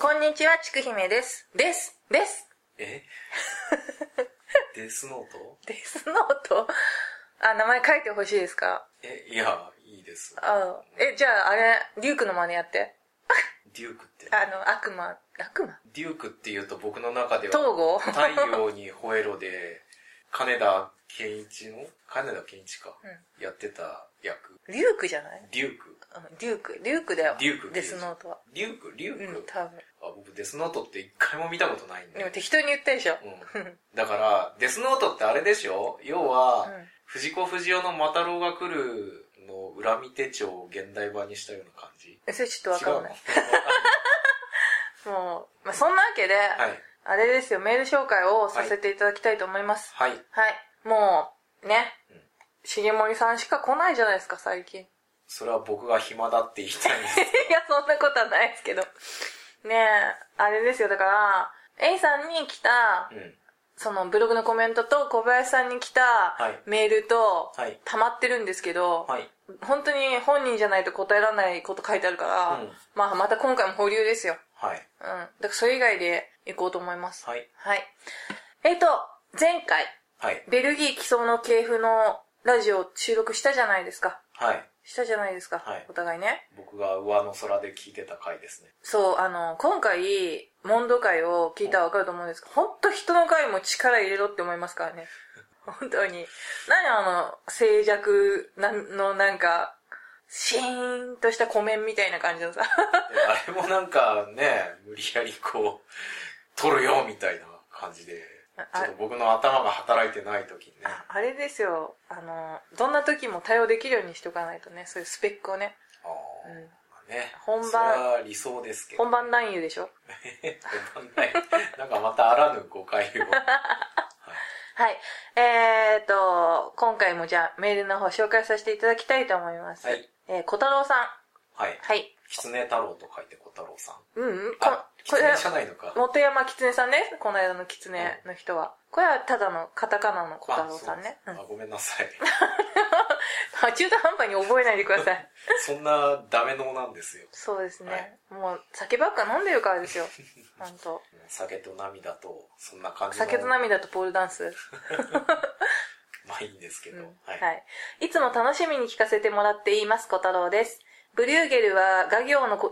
こんにちは、ちくひめです。です。 デスノートデスノート名前書いてほしいですか？ いや、いいです。 じゃあ、あれ、デュークの真似やって。 デュークって。 悪魔デュークって言うと僕の中では、 東郷太陽に吠えろで、金田健一か、やってた役。 デュークじゃない？ デューク。 デュークだよ。 デューク。 デスノートは。 デューク多分。 僕デスノートって一回も見たことないんで。 でも適当に言ったでしょ。 だから、デスノートってあれでしょ？要は、藤子不二雄のマタロウが来るの恨み手帳を現代版にしたような感じ。 それちょっとわかんない。もう、そんなわけで、あれですよ、メール紹介をさせていただきたいと思います。 はい。 もう、ね、重森さんしか来ないじゃないですか、最近。 それは僕が暇だって言いたいんです。 いや、そんなことはないですけど。ねえ、あれですよ、だから、A さんに来た、そのブログのコメントと小林さんに来たメールと、溜まってるんですけど、本当に本人じゃないと答えられないこと書いてあるから、また今回も保留ですよ。だからそれ以外で行こうと思います。前回、ベルギー寄贈の系譜のラジオ収録したじゃないですか。したじゃないですか、お互いね。 僕が上の空で聞いてた回ですね。 そう、今回、モンド回を聞いたら分かると思うんですけど、本当人の回も力入れろって思いますからね。本当に。静寂のなんか、シーンとした湖面みたいな感じのさ。 あれもなんかね、無理やり撮るよみたいな感じで。ちょっと僕の頭が働いてない時にね。 あれですよ。どんな時も対応できるようにしておかないとね、そういうスペックをね。 本番。それは理想ですけど。 本番男優でしょ？ 本番男優。なんかまたあらぬ誤解を。 今回もじゃあメールの方紹介させていただきたいと思います。小太郎さん。 狐太郎と書いて小太郎さん。 狐じゃないのか。 元山狐さんね。この間の狐の人は。これはただのカタカナの小太郎さんね。 ごめんなさい。 中途半端に覚えないでください。 そんなダメ脳なんですよ。 そうですね。もう酒ばっか飲んでるからですよ。本当。 酒と涙と、そんな感じの。酒と涙とポールダンス。 まあいいんですけど。 いつも楽しみに聞かせてもらっています、小太郎です。ブリューゲルは画行の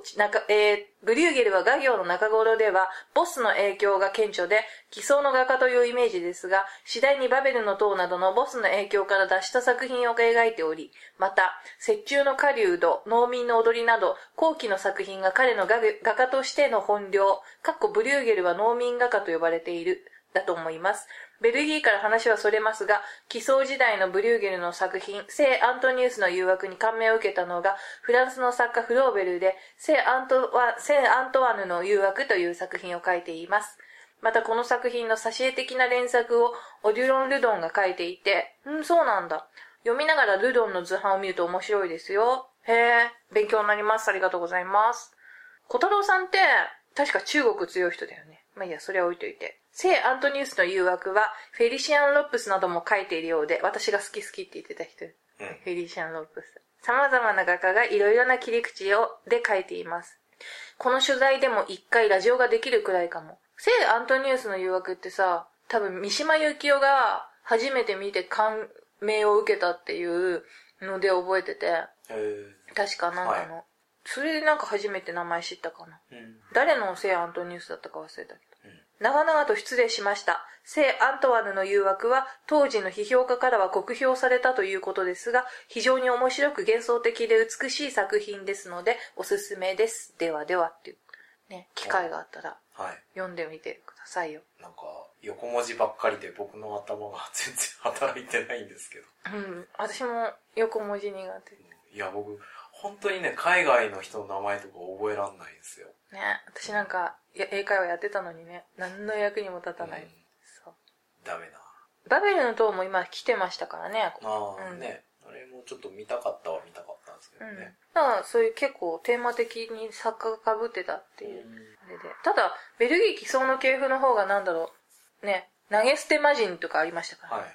中頃ではボスの影響が顕著で奇想の画家というイメージですが、次第にバベルの塔などのボスの影響から脱した作品を描いており、また雪中の狩人、農民の踊りなど後期の作品が彼の画家としての本領ブリューゲルは農民画家と呼ばれているだと思います。ベルギーから話はそれますが、奇想時代のブリューゲルの作品、聖アントニウスの誘惑に感銘を受けたのが、フランスの作家フローベルで、聖アントワヌの誘惑という作品を書いています。またこの作品の挿絵的な連作をオデュロン・ルドンが書いていて、そうなんだ。読みながらルドンの図版を見ると面白いですよ。へえ、勉強になります。ありがとうございます。小太郎さんって、確か中国強い人だよね。まあいいや、それは置いといて。聖アントニウスの誘惑は、フェリシアン・ロップスなども書いているようで、私が好きって言ってた人。フェリシアン・ロップス。様々な画家がいろいろな切り口で書いています。この取材でも一回ラジオができるくらいかも。聖アントニウスの誘惑ってさ、多分三島由紀夫が初めて見て感銘を受けたっていうので覚えてて、確かなんかの、それでなんか初めて名前知ったかな。誰の聖アントニウスだったか忘れたけど。長々と失礼しました。聖アントワヌの誘惑は当時の批評家からは酷評されたということですが、非常に面白く幻想的で美しい作品ですのでおすすめです。ではではっていうね、機会があったら読んでみてくださいよ。 なんか横文字ばっかりで僕の頭が全然働いてないんですけど。 私も横文字苦手。 いや僕本当にね、海外の人の名前とか覚えらんないんですよ。 ね、私なんか英会話やってたのにね、何の役にも立たない。そう。 ダメな。 バベルの塔も今来てましたからね。 ね、あれもちょっと見たかったんですけどね。 だからそういう結構テーマ的に作家が被ってたっていうあれで。ただベルギー奇想の系譜の方がなんだろうね、投げ捨て魔人とかありましたから。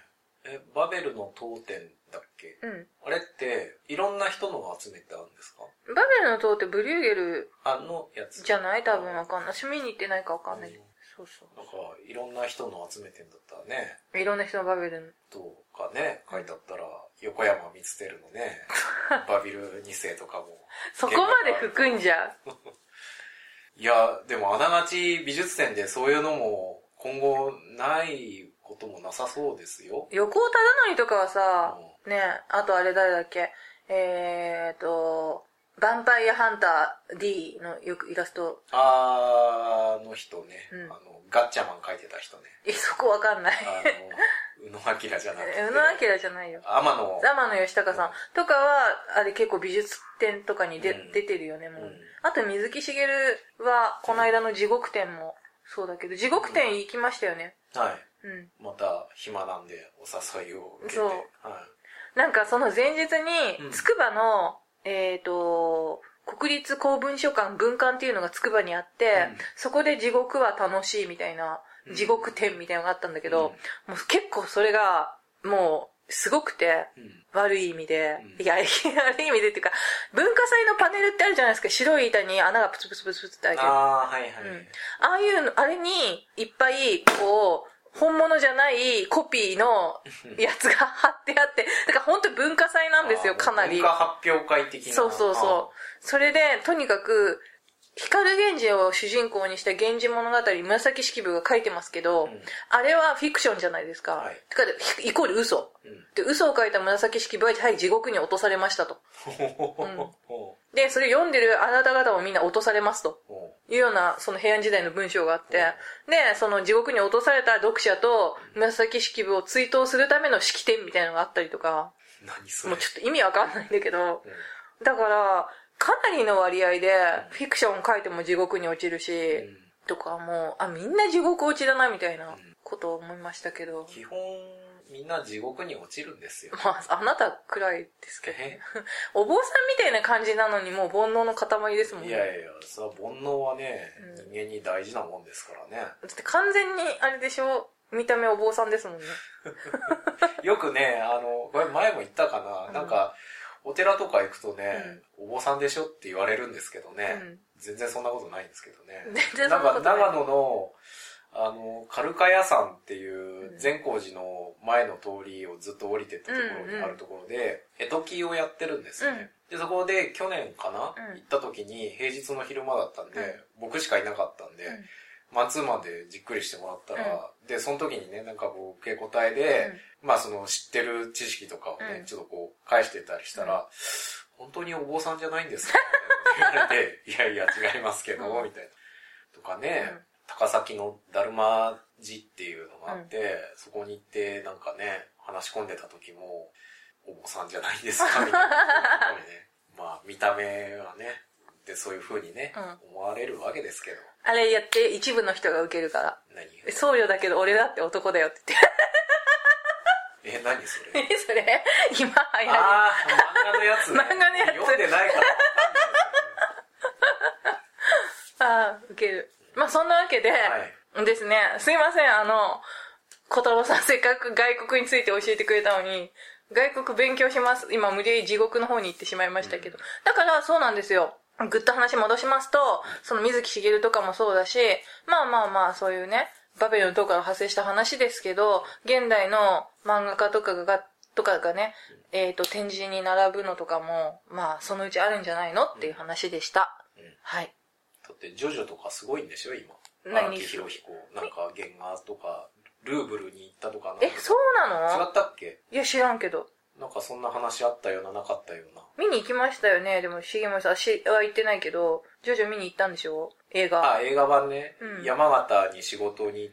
バベルの当店だっけ？ うん。 あれって、いろんな人のを集めてあるんですか？ バベルの塔ってブリューゲルのやつじゃない？多分わかんない。私見に行ってないかわかんない。そうそう。 なんか、いろんな人の集めてんだったらね。 いろんな人のバベルとかね、書いてあったら、横山光輝のね、バビル2世とかも。 そこまで含んじゃう。 いや、でもあながち美術展でそういうのも今後ないこともなさそうですよ。 横尾忠則とかはさ、ね、あとあれ誰だっけ、ヴァンパイアハンター D のよくイラスト。 の人ね、ガッチャマン描いてた人ね。 そこわかんない。 宇野明じゃなくて。 宇野明じゃないよ。 天野義高さんとかは、あれ結構美術展とかに出てるよね、もう。あと水木しげるは、この間の地獄展もそうだけど、地獄展行きましたよね。 はい。また暇なんでお誘いを受けて。そう。 なんかその前日に、つくばの、国立公文書館文館っていうのがつくばにあって、そこで地獄は楽しいみたいな、地獄展みたいなのがあったんだけど、もう結構それが、もう、すごくて、悪い意味で、いや、悪い意味でっていうか、文化祭のパネルってあるじゃないですか、白い板に穴がプツプツプツプツって開いてる。 はいはい。 ああいうの、あれに、いっぱい、こう、本物じゃないコピーのやつが貼ってあって、だから本当に文化祭なんですよ、かなり。 文化発表会的な。 そうそうそう。それで、とにかく、光源氏を主人公にした源氏物語、紫式部が書いてますけど、あれはフィクションじゃないですか。はい、イコール嘘。で、嘘を書いた紫式部は、はい、地獄に落とされましたと。で、それ読んでるあなた方もみんな落とされますと。いうような、その平安時代の文章があって、で、その地獄に落とされた読者と紫式部を追悼するための式典みたいなのがあったりとか、 何それ？ もうちょっと意味わかんないんだけど、だから、かなりの割合で、フィクション書いても地獄に落ちるし、とかもう、みんな地獄落ちだな、みたいなことを思いましたけど。 基本、みんな地獄に落ちるんですよ。 まあ、あなたくらいですけどね。お坊さんみたいな感じなのにもう煩悩の塊ですもんね。 いやいや、それは煩悩はね、人間に大事なもんですからね。 だって完全に、あれでしょ、見た目お坊さんですもんね。 よくね、これ前も言ったかな、なんか、お寺とか行くとね、お坊さんでしょって言われるんですけどね、全然そんなことないんですけどね。なんか長野の、カルカ屋山っていう善光寺の前の通りをずっと降りてったところにあるところで、絵解きをやってるんですよね。で、そこで去年かな、行った時に平日の昼間だったんで、僕しかいなかったんで、マンツーマンでじっくりしてもらったら、で、その時にね、なんかこう、受け答えで、まあその知ってる知識とかをね、ちょっとこう、返してたりしたら、本当にお坊さんじゃないんですかって言われて、いやいや違いますけど、みたいな。とかね、高崎のだるま寺っていうのがあって、そこに行ってなんかね、話し込んでた時も、お坊さんじゃないですかみたいな。ね、まあ見た目はね、でそういう風にね、思われるわけですけど。 あれやって一部の人が受けるから。 何？ 僧侶だけど俺だって男だよって言って。何それ？ それ今流行る。 漫画のやつ、ね。 漫画のやつ。 読んでないから。受ける。まあそんなわけで、ですね、すいません、小太郎さんせっかく外国について教えてくれたのに、外国勉強します。今無理やり地獄の方に行ってしまいましたけど。だからそうなんですよ。ぐっと話戻しますと、その水木しげるとかもそうだし、まあそういうね、バベルの塔から派生した話ですけど、現代の漫画家とかがね、展示に並ぶのとかも、まあそのうちあるんじゃないのっていう話でした。はい。 だってジョジョとかすごいんでしょ今。 何？ 荒木博彦なんか原画とかルーブルに行ったとか。 そうなの？ 違ったっけ？ いや知らんけど。 なんかそんな話あったようななかったような。 見に行きましたよね。でも重森さんは行ってないけど、ジョジョ見に行ったんでしょ？映画。 映画版ね。山形に仕事に行って、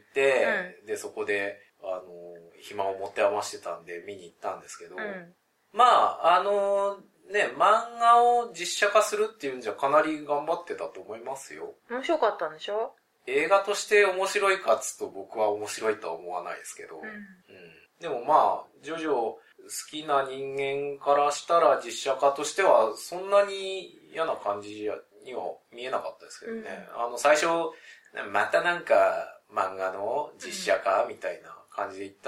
でそこで暇を持て余してたんで見に行ったんですけど、まあね、漫画を実写化するっていうんじゃかなり頑張ってたと思いますよ。 面白かったんでしょ？ 映画として面白いかっつと僕は面白いとは思わないですけど、でもまあジョジョ好きな人間からしたら実写化としてはそんなに嫌な感じには見えなかったですけどね。最初またなんか漫画の実写化みたいな感じで言った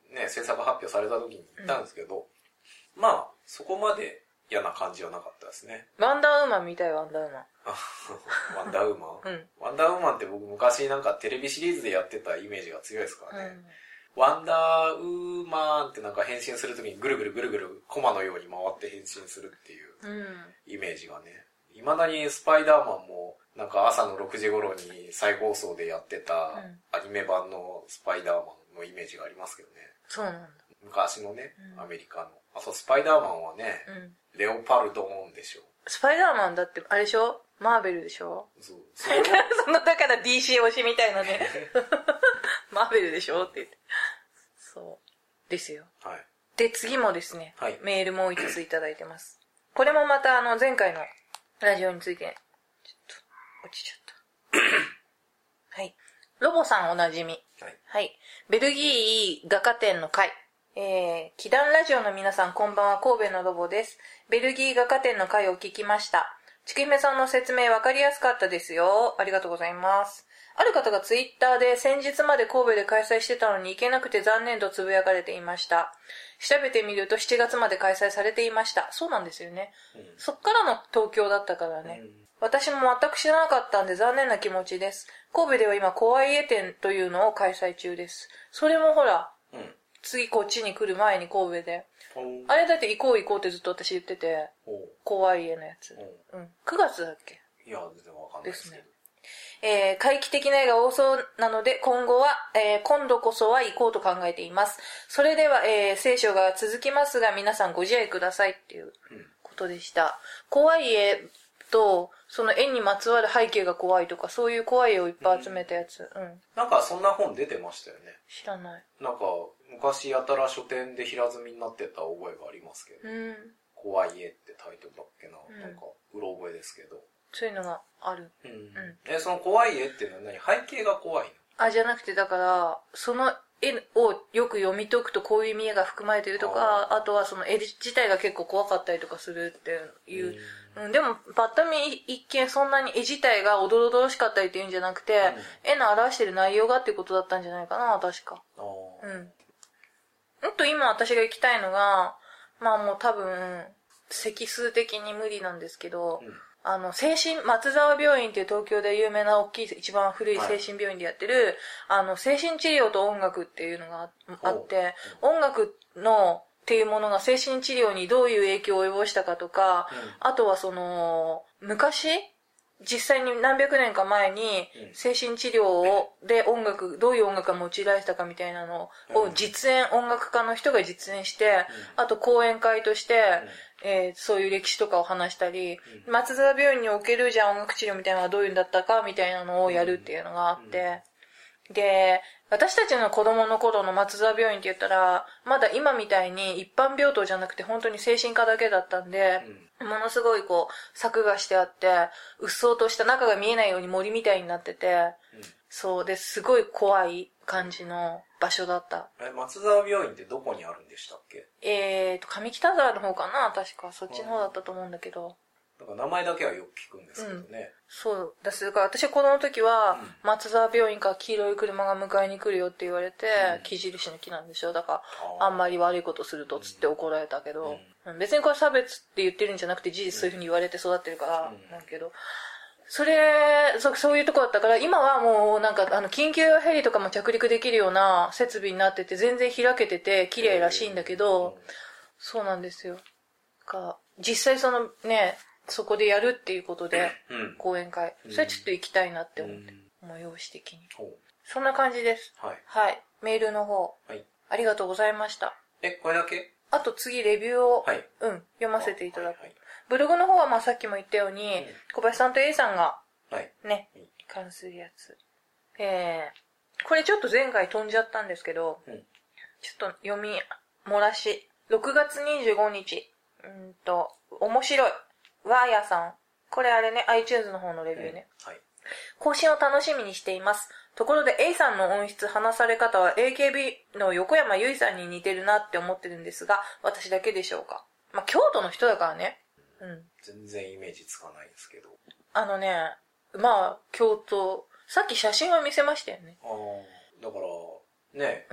ね、制作発表された時に行ったんですけど、まあ、そこまで嫌な感じはなかったですね。 ワンダーウーマン見たい、ワンダーウーマン。 ワンダーウーマン、ワンダーウーマンって僕昔なんかテレビシリーズでやってたイメージが強いですからね。ワンダーウーマンってなんか変身するときにぐるぐるぐるぐるコマのように回って変身するっていうイメージがね。未だにスパイダーマンもなんか朝の6時頃に再放送でやってたアニメ版のスパイダーマンのイメージがありますけどね。 そうなんだ。 昔のね、アメリカの。あ、そう、スパイダーマンはね、レオパルドーンでしょ。 スパイダーマンだって、あれでしょマーベルでしょそう。だから DC 推しみたいなね。マーベルでしょって言って。そう。ですよ。はい。で、次もですね、はい、メールもう一ついただいてます。これもまた前回のラジオについて、ちょっと、落ちちゃった。はい。ロボさんおなじみ。はい。はい。ベルギー画家展の会。祈願ラジオの皆さんこんばんは、神戸のロボです。ベルギー画家展の会を聞きました。ちくひめさんの説明わかりやすかったですよ。ありがとうございます。ある方がツイッターで先日まで神戸で開催してたのに行けなくて残念とつぶやかれていました。調べてみると7月まで開催されていました。そうなんですよね。そっからの東京だったからね。私も全く知らなかったんで残念な気持ちです。神戸では今、怖い家展というのを開催中です。それもほら、次こっちに来る前に神戸で。あれだって行こうってずっと私言ってて、怖い家のやつ。9月だっけ？ いや、全然わかんないですけど。 怪奇的な絵が多そうなので今度こそは行こうと考えています。それでは、聖書が続きますが皆さんご自愛くださいっていうことでした。怖い絵とその絵にまつわる背景が怖いとかそういう怖い絵をいっぱい集めたやつ。 なんかそんな本出てましたよね。 知らない。 なんか昔やたら書店で平積みになってた覚えがありますけど、怖い絵ってタイトルだっけな、なんかうろ覚えですけど。 そういうのがある。 その怖い絵っていうのは何？背景が怖いの？ あ、じゃなくてだから、その絵をよく読み解くとこういう意味が含まれているとか、あとはその絵自体が結構怖かったりとかするっていう。でも、パッと見一見そんなに絵自体がおどろどろしかったりっていうんじゃなくて、絵の表してる内容がっていうことだったんじゃないかな、確か。今私が行きたいのが、まあもう多分、席数的に無理なんですけど、松沢病院っていう東京で有名な大きい一番古い精神病院でやってる、精神治療と音楽っていうのがあって、音楽のっていうものが精神治療にどういう影響を及ぼしたかとか、あとはその昔実際に何百年か前に精神治療でどういう音楽が用いられてたかみたいなのを音楽家の人が実演して、あと講演会として、そういう歴史とかを話したり、松沢病院におけるじゃあ音楽治療みたいなのがどういうんだったかみたいなのをやるっていうのがあって、で、私たちの子供の頃の松沢病院って言ったら、まだ今みたいに一般病棟じゃなくて本当に精神科だけだったんで、ものすごい柵がしてあって、うっそうとした中が見えないように森みたいになってて、そうで、すごい怖い感じの場所だった。 松沢病院ってどこにあるんでしたっけ？ 上北沢の方かな、確か。そっちの方だったと思うんだけど。 だから名前だけはよく聞くんですけどね。 そうだから私は子供の時は、松沢病院から黄色い車が迎えに来るよって言われて、木印の木なんでしょ。だからあんまり悪いことするとつって怒られたけど、別にこれ差別って言ってるんじゃなくて事実そういう風に言われて育ってるからなんだけど、そういうとこだったから、今はもうなんか緊急ヘリとかも着陸できるような設備になってて全然開けてて綺麗らしいんだけど、そうなんですよ。実際そのね、そこでやるっていうことで、講演会。それちょっと行きたいなって思って。催し的に。そんな感じです。はい。メールの方。ありがとうございました。 これだけ？ あと次レビューを、読ませていただく。ブログの方はさっきも言ったように、小林さんと A さんが、ね、関するやつ。これちょっと前回飛んじゃったんですけど、ちょっと読み漏らし。6月25日。面白い。ワーヤさん。これあれね、iTunes の方のレビューね。更新を楽しみにしています。ところで A さんの音質、話され方は AKB の横山由依さんに似てるなって思ってるんですが、私だけでしょうか。まあ、京都の人だからね。 全然イメージつかないですけど。 まあ、京都、さっき写真は見せましたよね。 だから、ね、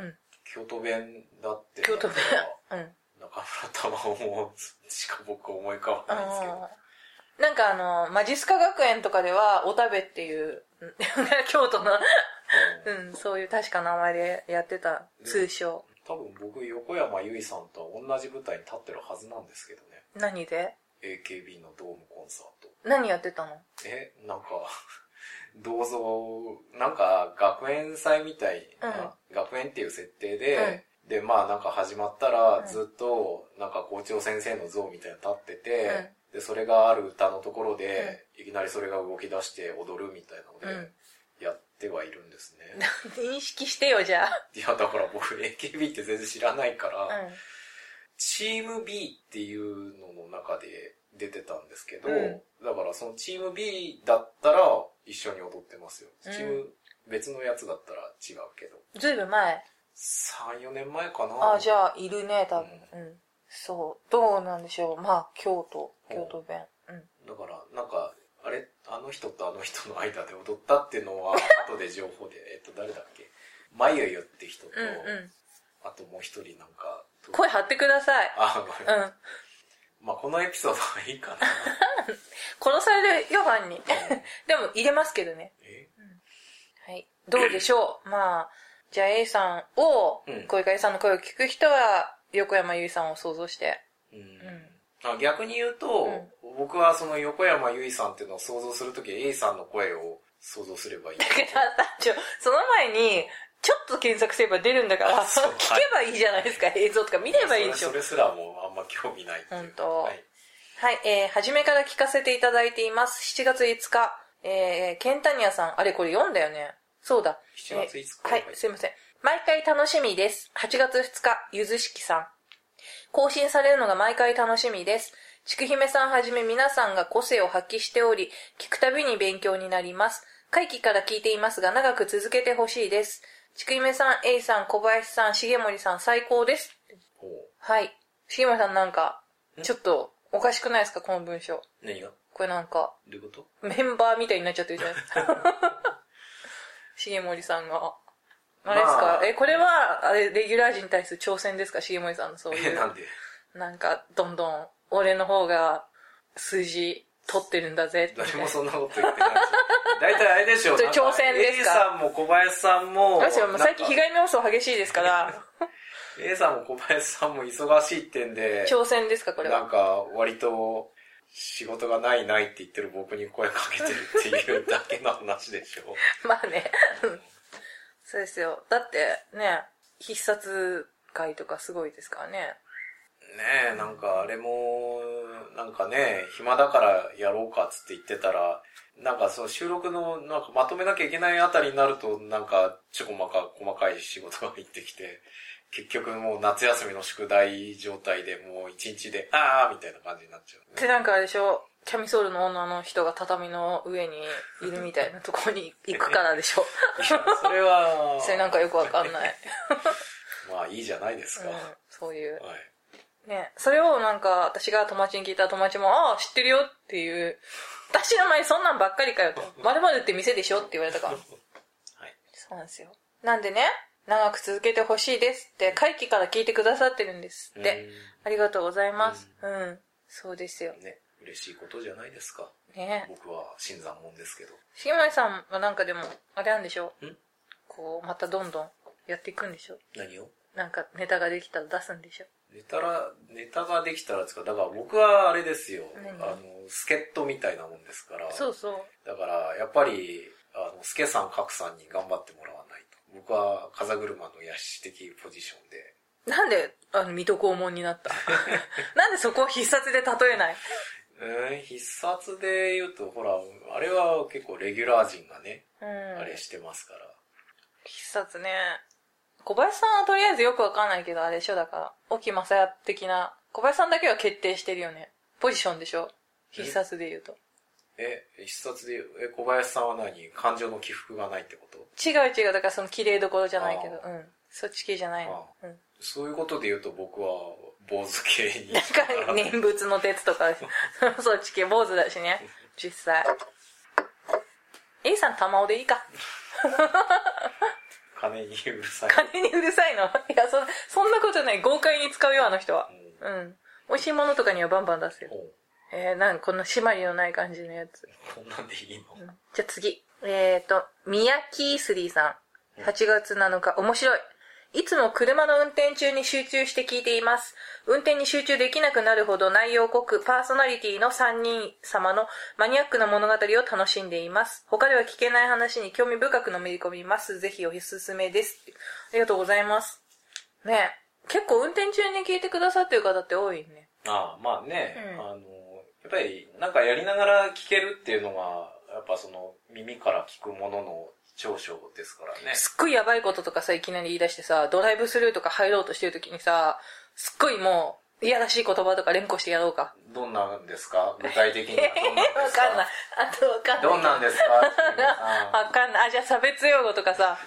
京都弁だって。 京都弁。うん。 中村玉緒しか僕思い浮かばないんですけど。 なんかマジスカ学園とかでは、おたべっていう、京都の、うん、そういう確か名前でやってた通称。 多分僕、横山由依さんと同じ舞台に立ってるはずなんですけどね。 何で？ AKB のドームコンサート。 何やってたの？ なんか、銅像、なんか学園祭みたいな、学園っていう設定で、で、まあなんか始まったらずっとなんか校長先生の像みたいなの立ってて、で、それがある歌のところで、いきなりそれが動き出して踊るみたいなので、やってはいるんですね。 認識してよ、じゃあ。 いや、だから僕 AKB って全然知らないから、チーム B っていうのの中で出てたんですけど、だからそのチーム B だったら一緒に踊ってますよ。チーム別のやつだったら違うけど。 ずいぶん前？ 3、4年前かな。 あ、じゃあいるね、多分。そう。どうなんでしょう。まあ、京都弁。 だから、なんか、あの人とあの人の間で踊ったっていうのは、後で情報で、誰だっけ？まゆゆって人と、あともう一人なんか。 声張ってください。 まあこのエピソードはいいかな。 殺されるよ、ファンに。でも入れますけどね。はい。どうでしょう。まあ、じゃあ A さんを、小池さんの声を聞く人は、横山由依さんを想像して。 逆に言うと、僕はその横山由依さんっていうのを想像するとき A さんの声を想像すればいい。 だからその前に、ちょっと検索すれば出るんだから、聞けばいいじゃないですか、映像とか見ればいいでしょ。 それすらもうあんま興味ないっていう。 本当。はい、初めから聞かせていただいています。7月5日、ケンタニアさん、あれこれ読んだよね。そうだ。 7月5日。 はい、すいません。毎回楽しみです。8月2日、ゆずしきさん。更新されるのが毎回楽しみです。ちくひめさんはじめ皆さんが個性を発揮しており、聞くたびに勉強になります。会期から聞いていますが、長く続けてほしいです。ちくひめさん、A さん、小林さん、重森さん、最高です。はい。重森さんなんか、ちょっと、おかしくないですか、この文章。 何が？ これなんか、 どういうこと？ メンバーみたいになっちゃってるじゃないですか。重森さんが。あれですか、これは、レギュラー陣に対する挑戦ですか、重森さんのそういう。 なんで？ なんか、どんどん、俺の方が、数字、取ってるんだぜって。 誰もそんなこと言ってない。大体あれでしょ。 挑戦ですか？ A さんも小林さんも。 最近被害妄想激しいですから。 A さんも小林さんも忙しいってんで。 挑戦ですか、これは。 なんか、割と、仕事がないって言ってる僕に声かけてるっていうだけの話でしょ。 まあね。そうですよ。だって、ね、必殺会とかすごいですからね。 ねえ、なんかあれも、なんかね、暇だからやろうかっつって言ってたら、なんかその収録のなんかまとめなきゃいけないあたりになると、なんか細かい仕事が入ってきて、結局もう夏休みの宿題状態でもう一日で、みたいな感じになっちゃう、ね。 で、なんかあれでしょ、キャミソールの女の人が畳の上にいるみたいなところに行くからでしょ。 それは、 それなんかよくわかんない。 まあいいじゃないですか。 そういう。 はい。 ね、それをなんか私が友達に聞いたら友達も、知ってるよっていう、私の前にそんなんばっかりかよと。〇〇って店でしょって言われたから。はい。そうなんですよ。なんでね、長く続けてほしいですって、会期から聞いてくださってるんですって。ありがとうございます。そうですよ。 ね、嬉しいことじゃないですか。 ね。 僕は新参者ですけど。 重森さんはなんかでも、あれなんでしょ？こう、またどんどんやっていくんでしょ？ 何を？なんかネタができたら出すんでしょ？ ネタができたらですか。だから僕はあれですよ。助っ人みたいなもんですから。 そうそう。 だからやっぱり助さん格さんに頑張ってもらわないと。僕は風車の野心的ポジションで。 なんで水戸黄門になった？なんでそこを必殺で例えない？ 必殺で言うとほらあれは結構レギュラー陣がね、あれしてますから。 必殺ね。小林さんはとりあえずよくわかんないけどあれでしょ、だから沖正也的な小林さんだけは決定してるよね。ポジションでしょ、必殺で言うと。 必殺で言う小林さんは何？感情の起伏がないってこと？ 違う、だからその綺麗どころじゃないけど、そっち系じゃないの。 そういうことで言うと僕は坊主系に。 なんか念仏の鉄とかそっち系坊主だしね、実際。A さん玉緒でいいか。 金にうるさい。 金にうるさいの？いや、そんなことない。豪快に使うよ、あの人は。うん。美味しいものとかにはバンバン出すよ。こんな締まりのない感じのやつ。 こんなんでいいの？ じゃあ次。ミヤキースリーさん。8月7日、面白い。いつも車の運転中に集中して聞いています。運転に集中できなくなるほど内容濃く、パーソナリティの3人様のマニアックな物語を楽しんでいます。他では聞けない話に興味深くのめり込みます。ぜひおすすめです。ありがとうございます。ねえ、結構運転中に聞いてくださってる方って多いね。 ああ、まあね、やっぱりなんかやりながら聞けるっていうのが、やっぱその耳から聞くものの長所ですからね。 すっごいやばいこととかさ、いきなり言い出してさ、ドライブスルーとか入ろうとしてる時にさ、すっごいもう、いやらしい言葉とか連呼してやろうか。 どんなんですか？具体的にはどんなんですか？ わかんない。あとわかんない。 どんなんですか？ わかんない。あ、じゃあ差別用語とかさ、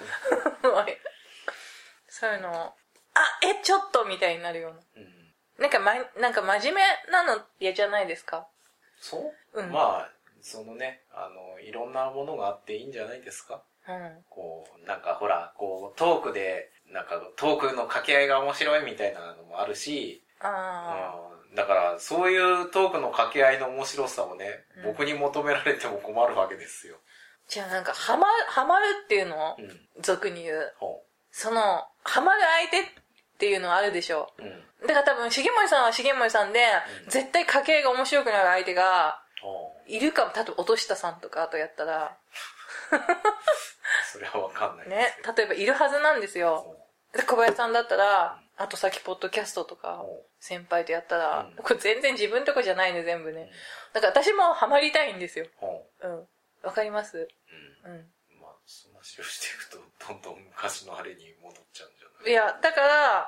そういうの、ちょっとみたいになるような。なんか真面目なの嫌じゃないですか？ そう？まあ、そのね、いろんなものがあっていいんじゃないですか？こう、なんかほら、こう、トークで、なんかトークの掛け合いが面白いみたいなのもあるし、だからそういうトークの掛け合いの面白さをね、僕に求められても困るわけですよ。 じゃあなんかハマるっていうのを、俗に言う。その、ハマる相手っていうのはあるでしょ。だから多分、重森さんは重森さんで、絶対掛け合いが面白くなる相手が、いるかも。例えば、落としたさんとかとやったら、 それはわかんないですね。例えばいるはずなんですよ。で、小林さんだったら、あとさっきポッドキャストとか、先輩とやったら、これ全然自分とこじゃないね、全部ね。だから私もハマりたいんですよ。わかります？ まあ、そんな話をしていくと、どんどん昔のあれに戻っちゃうんじゃない？ いや、だから、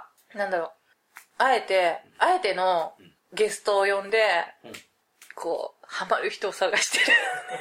なんだろう。あえてのゲストを呼んで、こう、ハマる人を探してる。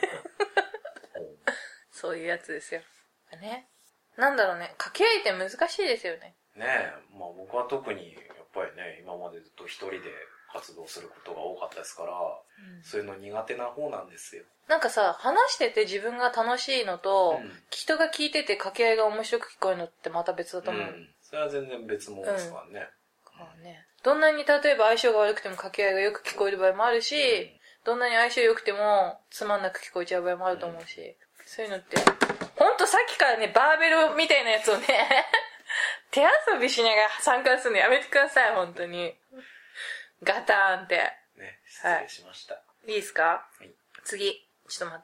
そういうやつですよ。ね。なんだろうね。掛け合いって難しいですよね。 ねえ。まあ僕は特に、やっぱりね、今までずっと一人で活動することが多かったですから、そういうの苦手な方なんですよ。 なんかさ、話してて自分が楽しいのと、人が聞いてて掛け合いが面白く聞こえるのってまた別だと思う。 それは全然別物ですからね。 どんなに例えば相性が悪くても掛け合いがよく聞こえる場合もあるし、どんなに相性良くてもつまんなく聞こえちゃう場合もあると思うし、そういうのって、ほんとさっきからね、バーベルみたいなやつをね、手遊びしながら参加するのやめてください、本当に。ガターンって。 ね、失礼しました。 いいですか？次、ちょっと待って。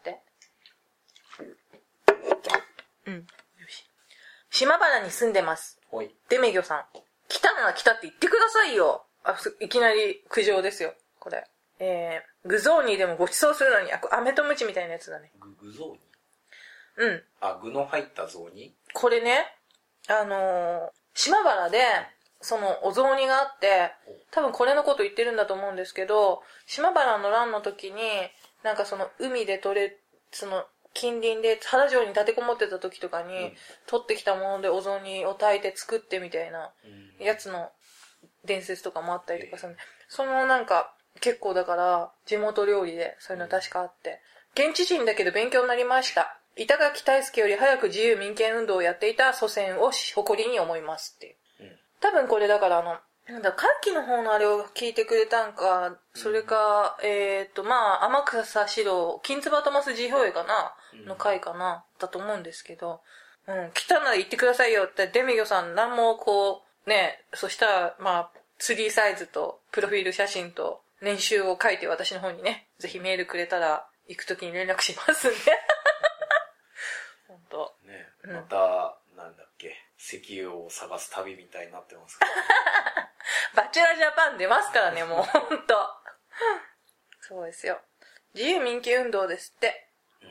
よし。島原に住んでます。デメギョさん。来たのは来たって言ってくださいよ。いきなり苦情ですよ、これ。具雑煮でもご馳走するのに、飴とムチみたいなやつだね。 具雑煮？具の入った雑煮？ これね、島原で、そのお雑煮があって、多分これのこと言ってるんだと思うんですけど、島原の乱の時に、なんかその海でその近隣で原城に立てこもってた時とかに、取ってきたものでお雑煮を炊いて作ってみたいなやつの伝説とかもあったりとかする。そのなんか結構だから地元料理でそういうの確かあって、現地人だけど勉強になりました。板垣退助より早く自由民権運動をやっていた祖先を誇りに思いますっていう。多分これだからなんだ、会期の方のあれを聞いてくれたんか、それか、まあ、天草四郎、金唾トマス辞表絵かな、の回かな、だと思うんですけど、来たなら言ってくださいよって、デミギョさん何もこう、ね、そしたら、まあ、3サイズと、プロフィール写真と、年収を書いて私の方にね、ぜひメールくれたら、行くときに連絡しますんで。本当。 ね、また、なんだっけ、石油を探す旅みたいになってますけど。 バチュラージャパン出ますからね、もう、ほんと。そうですよ。自由民権運動ですって。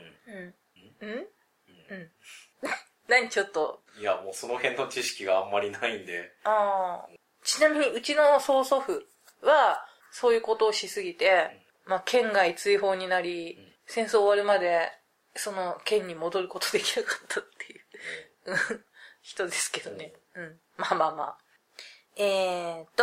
何ちょっと。 いや、もうその辺の知識があんまりないんで。 ちなみに、うちの曽祖父は、そういうことをしすぎて、まあ、県外追放になり、戦争終わるまで、その県に戻ることできなかったっていう人ですけどね。まあまあまあ。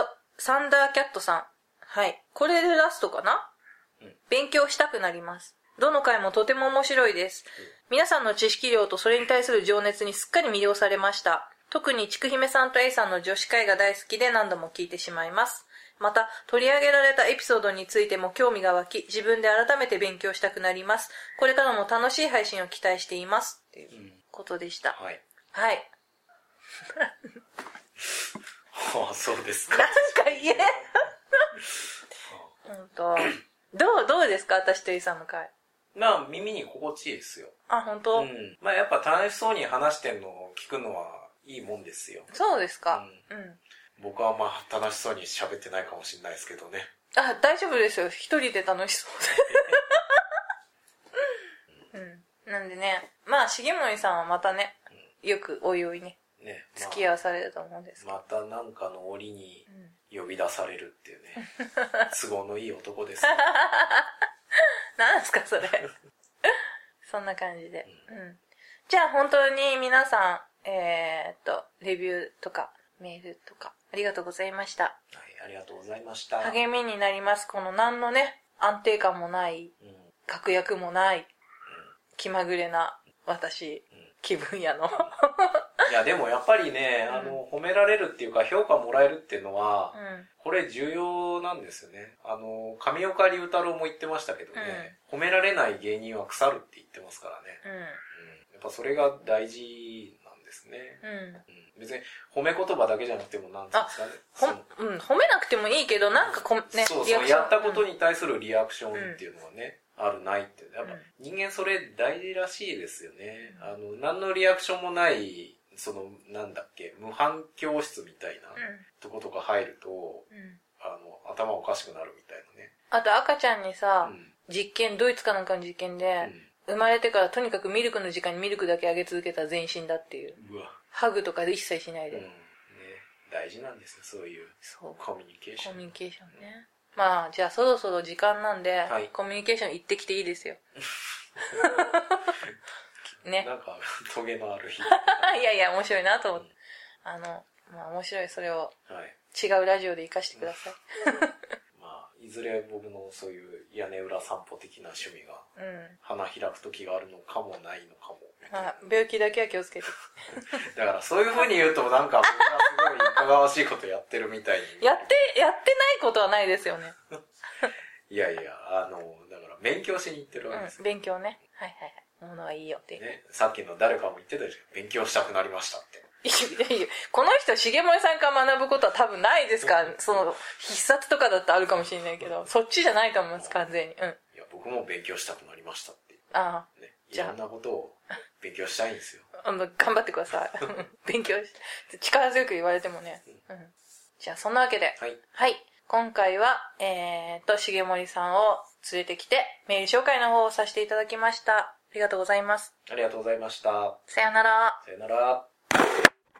サンダーキャットさん。はい。これでラストかな？勉強したくなります。 どの回もとても面白いです。皆さんの知識量とそれに対する情熱にすっかり魅了されました。特にちくひめさんと A さんの女子会が大好きで何度も聞いてしまいます。また、取り上げられたエピソードについても興味が湧き、自分で改めて勉強したくなります。これからも楽しい配信を期待しています。ということでした。 はい。 はい。 ああ、そうですか。 なんか言え。どうですか、私と A さんの会。 まあ、耳に心地いいですよ。 あ、本当？ うん。まあ、やっぱ楽しそうに話してんのを聞くのはいいもんですよ。 そうですか。 うん。僕はまあ、楽しそうに喋ってないかもしれないですけどね。 あ、大丈夫ですよ。一人で楽しそうで。うん。なんでね、まあ、重森さんはまたね、よくおいおいね、付き合わされると思うんですけど。 またなんかの折に呼び出されるっていうね、都合のいい男です、ね。 なんすか、それ。そんな感じで。じゃあ、本当に皆さん、レビューとか、メールとか、ありがとうございました。 はい、ありがとうございました。 励みになります。この何のね、安定感もない、確約もない、気まぐれな私、気分屋の。 いや、でもやっぱりね、褒められるっていうか、評価もらえるっていうのは、これ重要なんですよね。上岡龍太郎も言ってましたけどね、褒められない芸人は腐るって言ってますからね。やっぱそれが大事なんですね。別に褒め言葉だけじゃなくてもなんですかね。 褒めなくてもいいけど、なんかね、 そうそう、やったことに対するリアクションっていうのはね、あるないって。やっぱ人間それ大事らしいですよね。何のリアクションもない、なんだっけ、無反響室みたいなとことか入ると、頭おかしくなるみたいなね。 あと赤ちゃんにさ、ドイツかなんかの実験で、生まれてからとにかくミルクの時間にミルクだけあげ続けたら全身だっていう。ハグとかで一切しないで。 大事なんですよ、そういうコミュニケーション。 コミュニケーションね。まあ、じゃあそろそろ時間なんで、コミュニケーション行ってきていいですよ。ね。 なんか、トゲのある日。 いやいや、面白いなと思って。まあ面白い、それを、違うラジオで活かしてください。 まあ、いずれ僕のそういう屋根裏散歩的な趣味が、花開く時があるのかもないのかも。 病気だけは気をつけて。 だからそういう風に言うとなんか僕がすごいいかがわしいことやってるみたいに。 やってないことはないですよね。 いやいや、だから勉強しに行ってるわけですよ。 勉強ね。はいはいはい。ものはいいよって。 ね、さっきの誰かも言ってたでしょ。勉強したくなりましたって。 いやこの人、重森さんから学ぶことは多分ないですから、必殺とかだってあるかもしれないけど、そっちじゃないと思います、完全に。いや、 僕も勉強したくなりましたって。 ね、 いろんなことを勉強したいんですよ。 頑張ってください。勉強力強く言われてもね。じゃあ、そんなわけで。はい。今回は、重森さんを連れてきて、メール紹介の方をさせていただきました。ありがとうございます。 ありがとうございました。 さよなら。 さよなら。